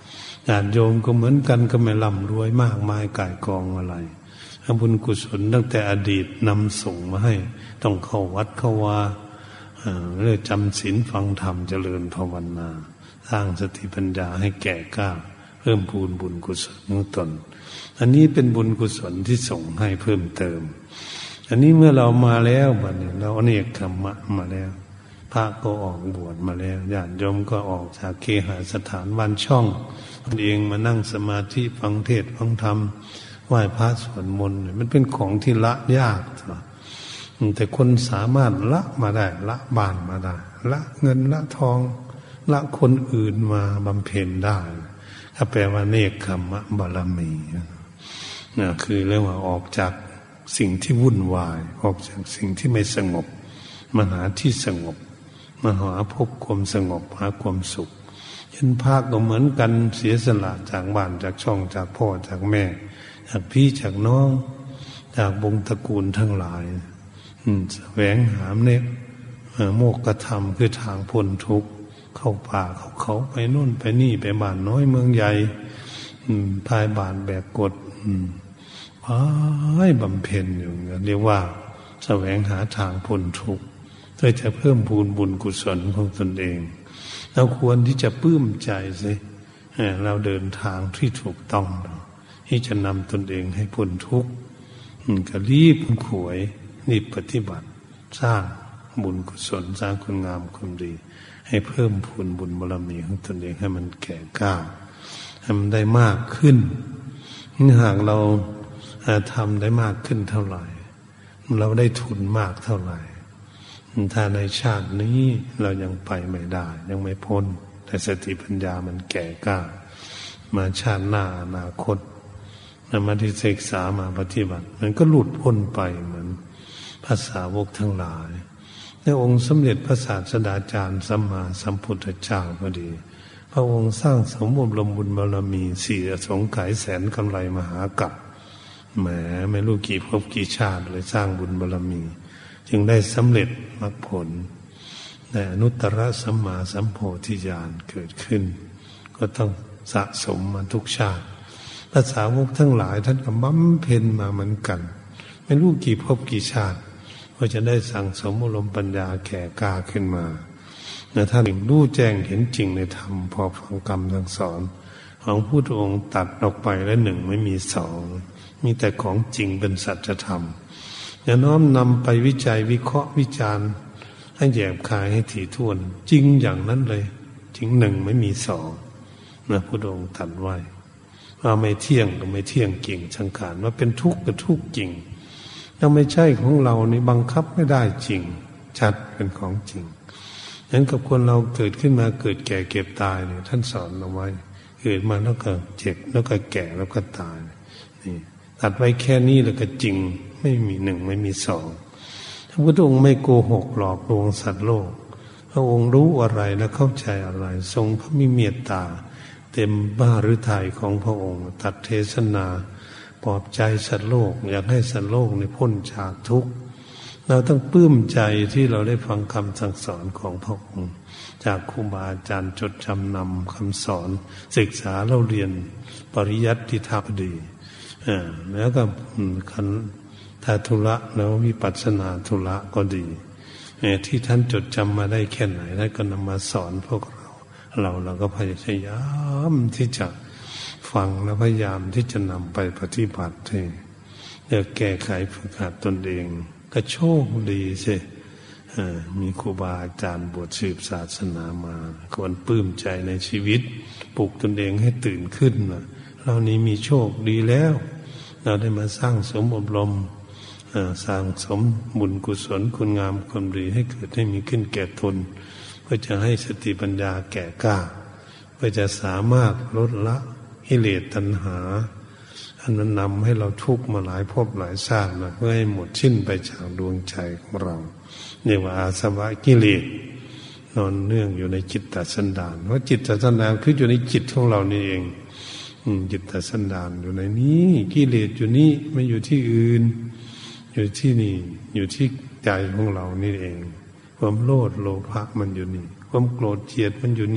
ญาติโยมก็เหมือนกันก็ไม่ร่ำรวยมากมายก่ายกองอะไรบุญกุศลตั้งแต่อดีตนำส่งมาให้ต้องเข้าวัดเข้าวาเรื่องจำศีลฟังธรรมเจริญภาวนาสร้างสติปัญญาให้แก่กล้าเพิ่มพูนบุญกุศลของตนอันนี้เป็นบุญกุศลที่ส่งให้เพิ่มเติมอันนี้เมื่อเรามาแล้วบัดนี้เราอเนกขมะมาแล้วพระก็ออกบวชมาแล้วญาติโยมก็ออกจากเคหสถานวันช่องตนเองมานั่งสมาธิฟังเทศน์ฟังธรรมไหว้พระสวดมนต์มันเป็นของที่ละยากแต่คนสามารถละมาได้ละบานมาได้ละเงินละทองละคนอื่นมาบำเพ็ญได้ถ้าแปลว่าเนกขัมมะบารมีนะคือเรียกว่าออกจากสิ่งที่วุ่นวายออกจากสิ่งที่ไม่สงบมาหาที่สงบมาหาพบความสงบหาความสุขยันภาคก็เหมือนกันเสียสละจากบ้านจากช่องจากพ่อจากแม่จากพี่จากน้องจากวงตระกูลทั้งหลายแสวงหาเนี่ยโมกขธรรมคือทางพ้นทุกข์เข้าป่าเข้าเขาไปโน่นไปนี่ไปบ้านน้อยเมืองใหญ่พายบานแบกกดบำเพ็ญอยู่เรียกว่าแสวงหาทางพ้นทุกข์เพื่อจะเพิ่มพูนบุญกุศลของตนเองเราควรที่จะปลื้มใจสิเราเดินทางที่ถูกต้องที่จะนำตนเองให้พ้นทุกข์ก็รีบขวยรีบปฏิบัติสร้างบุญกุศลสร้างคุณงามความดีให้เพิ่มพูนบุญบารมีของตนเองให้มันแก่กล้าให้มันได้มากขึ้นหากเราทำได้มากขึ้นเท่าไหร่เราได้ทุนมากเท่าไหร่ถ้าในชาตินี้เรายังไปไม่ได้ยังไม่พ้นแต่สติปัญญามันแก่กล้ามาชาติหน้าอนาคตมาที่ศึกษามาปฏิบัติมันก็หลุดพ้นไปเหมือนภาษาวกทั้งหลายในองค์สมเด็จพระศาสดาจารย์สัมมาสัมพุทธเจ้าก็ดีพระองค์สร้างสมบูรณ์บุญบารมีสี่อสงไขยแสนกำไรมหากัปแหมไม่รู้กี่ภพกี่ชาติเลยสร้างบุญบารมีจึงได้สำเร็จมรรคผลในอนุตตรสัมมาสัมโพธิญาณเกิดขึ้นก็ต้องสะสมมาทุกชาติภาษาวกทั้งหลายท่านก็บำเพ็ญมาเหมือนกันไม่รู้กี่ภพกี่ชาติก็จะได้สั่งสมอารมณ์ปัญญาแก่กล้าขึ้นมาท่านรู้แจ้งเห็นจริงในธรรมพอฟังคำสั่งสอนของพุทธองค์ตัดออกไปและหนึ่งไม่มีสองมีแต่ของจริงเป็นสัจธรรมอย่าน้อมนำไปวิจัยวิเคราะห์วิจารณ์ให้แยบคายให้ถี่ถ้วนจริงอย่างนั้นเลยจริงหนึ่งไม่มีสองนะพุทธองค์ตรัสไว้ว่าไม่เที่ยงก็ไม่เที่ยงจริงสังขารว่าเป็นทุกข์ก็ทุกข์จริงถ้าไม่ใช่ของเรานี่บังคับไม่ได้จริงชัดเป็นของจริงฉะนั้นกับคนเราเกิดขึ้นมาเกิดแก่เก็บตายเนี่ยท่านสอนเอาไว้เกิดมาแล้วก็เจ็บแล้วก็แก่แล้วก็ตายนี่ตัดไว้แค่นี้แล้วก็จริงไม่มีหนึ่งไม่มีสองพระพุทธองค์ไม่โกหกหลอกลวงสัตว์โลกพระองค์รู้อะไรและเข้าใจอะไรทรงพระมีเมตตาเต็มบ้าหรือไทยของพระองค์ตัดเทศนาปลอบใจสัตว์โลกอยากให้สัตว์โลกในพ้นจากทุกข์เราต้องปลื้มใจที่เราได้ฟังคำสั่งสอนของพระองค์จากครูบาอาจารย์จดจำนำคำสอนศึกษาเราเรียนปริยัติธรรมดีแล้วก็คันทาธุระแล้ววิปัสสนาธุระก็ดีที่ท่านจดจำมาได้แค่ไหนท่านก็นำมาสอนพวกเราก็พยายามที่จะฟังและพยายามที่จะนำไปปฏิบัติให้แก้ไขฝึกหัดตนเองก็โชคดีใช่มีครูบาอาจารย์บวชสืบศาสนามาควรปลื้มใจในชีวิตปลุกตนเองให้ตื่นขึ้นเรานี้มีโชคดีแล้วเราได้มาสร้างสมอบรมสร้างสมบุญกุศลคุณงามความดีให้เกิดให้มีขึ้นแก่ตนเพื่อจะให้สติปัญญาแก่กล้าเพื่อจะสามารถลดละกิเลสตัณหาอันนั้นนำให้เราทุกข์มาหลายภพหลายชาตินะเพื่อให้หมดสิ้นไปจากดวงใจของเราเรียกว่าอาสวะกิเลสนอนเนื่องอยู่ในจิตตสันดานเพราะจิตตสันดานคืออยู่ในจิตของเรานี่เองจิตตสันดานอยู่ในนี้กิเลสอยู่นี่ไม่อยู่ที่อื่นอยู่ที่นี่อยู่ที่ใจของเรานี่เองความโลภโลภะมันอยู่นี่ความโกรธเกลียดมันอยู่นี่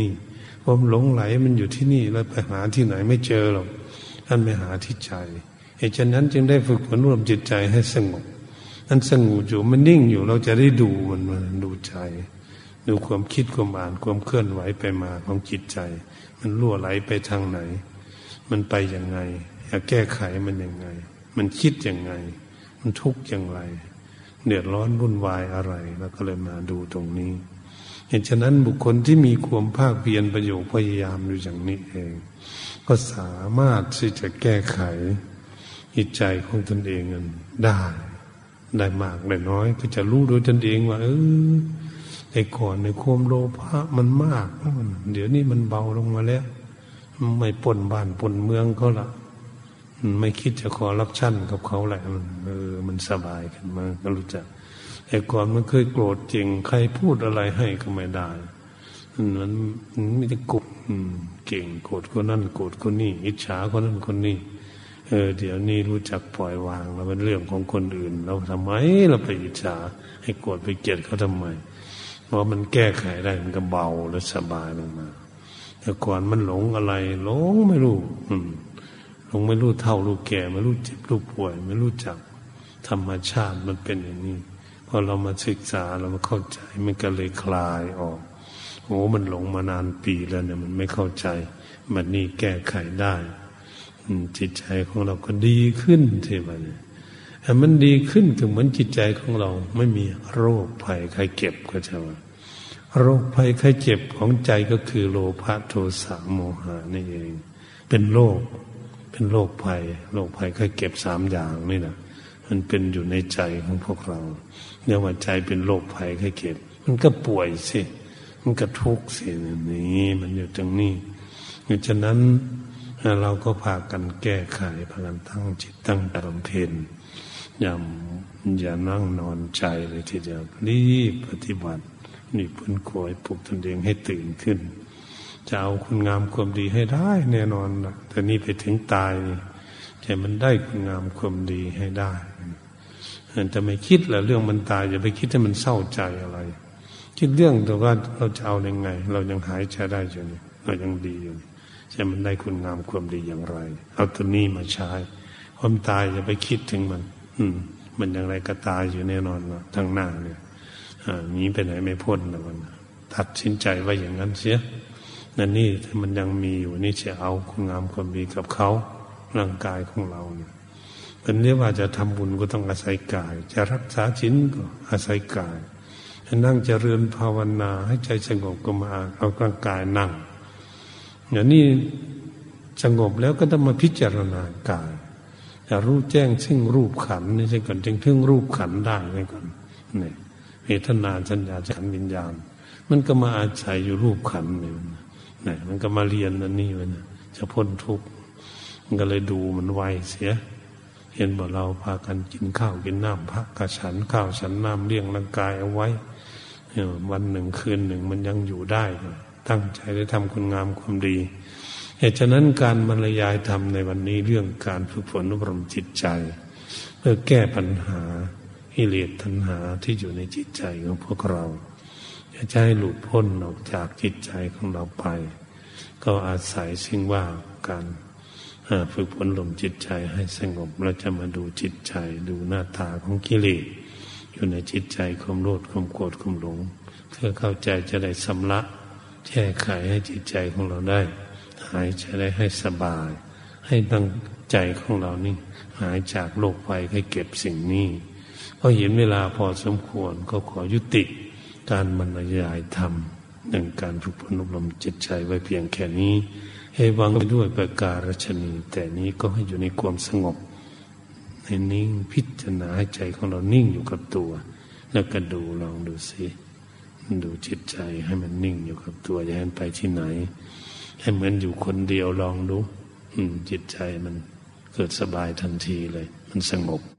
ความหลงไหลมันอยู่ที่นี่เราไปหาที่ไหนไม่เจอหรอกท่านไปหาที่ใจเหตุฉะนั้นจึงได้ฝึกฝนรวมจิตใจให้สงบนั้นสงบอยู่มันนิ่งอยู่เราจะได้ดูมันดูใจดูความคิดความอ่านความเคลื่อนไหวไปมาของจิตใจมันรั่วไหลไปทางไหนมันไปยังไงอยากแก้ไขมันยังไงมันคิดยังไงมันทุกข์อย่างไรเดือดร้อนวุ่นวายอะไรแล้วก็เลยมาดูตรงนี้เหตุฉะนั้นบุคคลที่มีความภาคเพียรประโยชน์พยายามอยู่อย่างนี้เองก็สามารถที่จะแก้ไขจิตใจของตนเองได้มากได้น้อยก็จะรู้โดยตนเองว่าแต่ก่อนในความโลภะมันมากเดี๋ยวนี้มันเบาลงมาแล้วไม่ปล้นบ้านปล้นเมืองเขาละไม่คิดจะคอร์รัปชันกับเขาแหละมันสบายขึ้นมาก็รู้จักแต่ก่อนมันเคยโกรธจริงใครพูดอะไรให้ก็ไม่ได้มันไม่ได้กบเก่งโกรธคนนั้นโกรธคนนี้อิจฉาคนนั้นคนนี้เดี๋ยวนี้รู้จักปล่อยวางแล้วเป็นเรื่องของคนอื่นเราทำไมเราไปอิจฉาให้โกรธไปเกลียดเขาทำไมเพราะมันแก้ไขได้มันก็เบาและสบายลงมาแต่ก่อนมันหลงอะไรหลงไม่รู้หลงไม่รู้เท่ารู้แก่ไม่รู้เจ็บรู้ป่วยไม่รู้จักธรรมชาติมันเป็นอย่างนี้พอเรามาศึกษาเรามาเข้าใจมันก็เลยคลายออกมันหลงมานานปีแล้วเนี่ยมันไม่เข้าใจมันนี่แก้ไขได้จิตใจของเราก็ดีขึ้นใช่ไหมแต่มันดีขึ้นถึงเหมือนจิตใจของเราไม่มีโรคภัยไข้เจ็บก็ใช่ไหมโรคภัยไข้เจ็บของใจก็คือโลภะโทสะโมหะนี่เองเป็นโรคภัยไข้เจ็บ3อย่างนี่นะมันเป็นอยู่ในใจของพวกเราเนี่ยว่าใจเป็นโรคภัยไข้เจ็บมันก็ป่วยสิมันก็ทุกข์สินี่มันอยู่ตรงนี้เพราะฉะนั้นเราก็พากันแก้ไขพากันตั้งจิตตั้งใจบำเพ็ญอย่านั่งนอนใจเลยทีเดียวรีบปฏิบัตินี่เพื่อนคอยปลุกตนเองให้ตื่นขึ้นจะเอาคุณงามความดีให้ได้แน่นอนนะแต่นี่ไปถึงตายนี่แต่มันได้คุณงามความดีให้ได้แต่ไม่คิดละเรื่องมันตายอย่าไปคิดให้มันเศร้าใจอะไรคิดเรื่องแต่ว่าเราจะเอายังไงเรายังหายใจได้อยู่นี่เรายังดีอยู่ใช่มันได้คุณงามความดีอย่างไรเอาตัวนี้มาใช้ความตายอย่าไปคิดถึงมันอย่างไรก็ตายอยู่แน่นอนนะทางหน้าเนี่ยหนีไปไหนไม่พ้นนะมันตัดสินใจว่าอย่างนั้นเสียนั่นนี่ถ้ามันยังมีอยู่นี่จะเอาคุณงามความดีกับเขาร่างกายของเราเนี่ยเป็นเรียกว่าจะทำบุญก็ต้องอาศัยกายจะรักษาศีลก็อาศัยกายนั่งเจริญภาวนาให้ใจสงบก็มาเอาร่างกายนั่งอย่างนี้สงบแล้วก็ต้องมาพิจารณากายจะรู้แจ้งซึ่งรูปขันธ์นี่ใช่ก่อนจึงถึงรูปขันธ์ได้ไว้ก่อนนี่เวทนาสัญญาขันธ์วิญญาณมันก็มาอาศัยอยู่รูปขันธ์นี่มันก็มาเรียนอันนี้ไว้นะจะพ้นทุกข์มันก็เลยดูมันไวเสียเห็นบ่เราพากันกินข้าวกินน้ำพระกฉันข้าวฉันน้ำเลี้ยงร่างกายเอาไว้วันหนึ่งคืนหนึ่งมันยังอยู่ได้ตั้งใจได้ทำคุณงามความดีเหตุฉะนั้นการบรรยายธรรมในวันนี้เรื่องการฝึกฝนอบรมจิตใจเพื่อแก้ปัญหากิเลสตัณหาที่อยู่ในจิตใจของพวกเราจะให้หลุดพ้นออกจากจิตใจของเราไปก็อาศัยสิ่งว่าการฝึกฝนอบรมจิตใจให้สงบเราจะมาดูจิตใจดูหน้าตาของกิเลสอยู่ในจิตใจความโลภความโกรธความหลงเพื่อเข้าใจจะได้ชำระแก้ไขให้จิตใจของเราได้หายจะได้ให้สบายให้ตั้งใจของเรานี่หายจากโรคภัยให้เก็บสิ่งนี้ก็เห็นเวลาพอสมควรก็ขอยุติการบรรยายธรรมในการฝึกฝนอบรมจิตใจไว้เพียงแค่นี้ให้วางไปด้วยประการฉนีแต่นี้ก็ให้อยู่ในความสงบให้นิ่งพิจารณาให้ใจของเรานิ่งอยู่กับตัวแล้วก็ดูลองดูสิดูจิตใจให้มันนิ่งอยู่กับตัวอย่าให้มันไปที่ไหนให้เหมือนอยู่คนเดียวลองดูจิตใจมันเกิดสบายทันทีเลยมันสงบ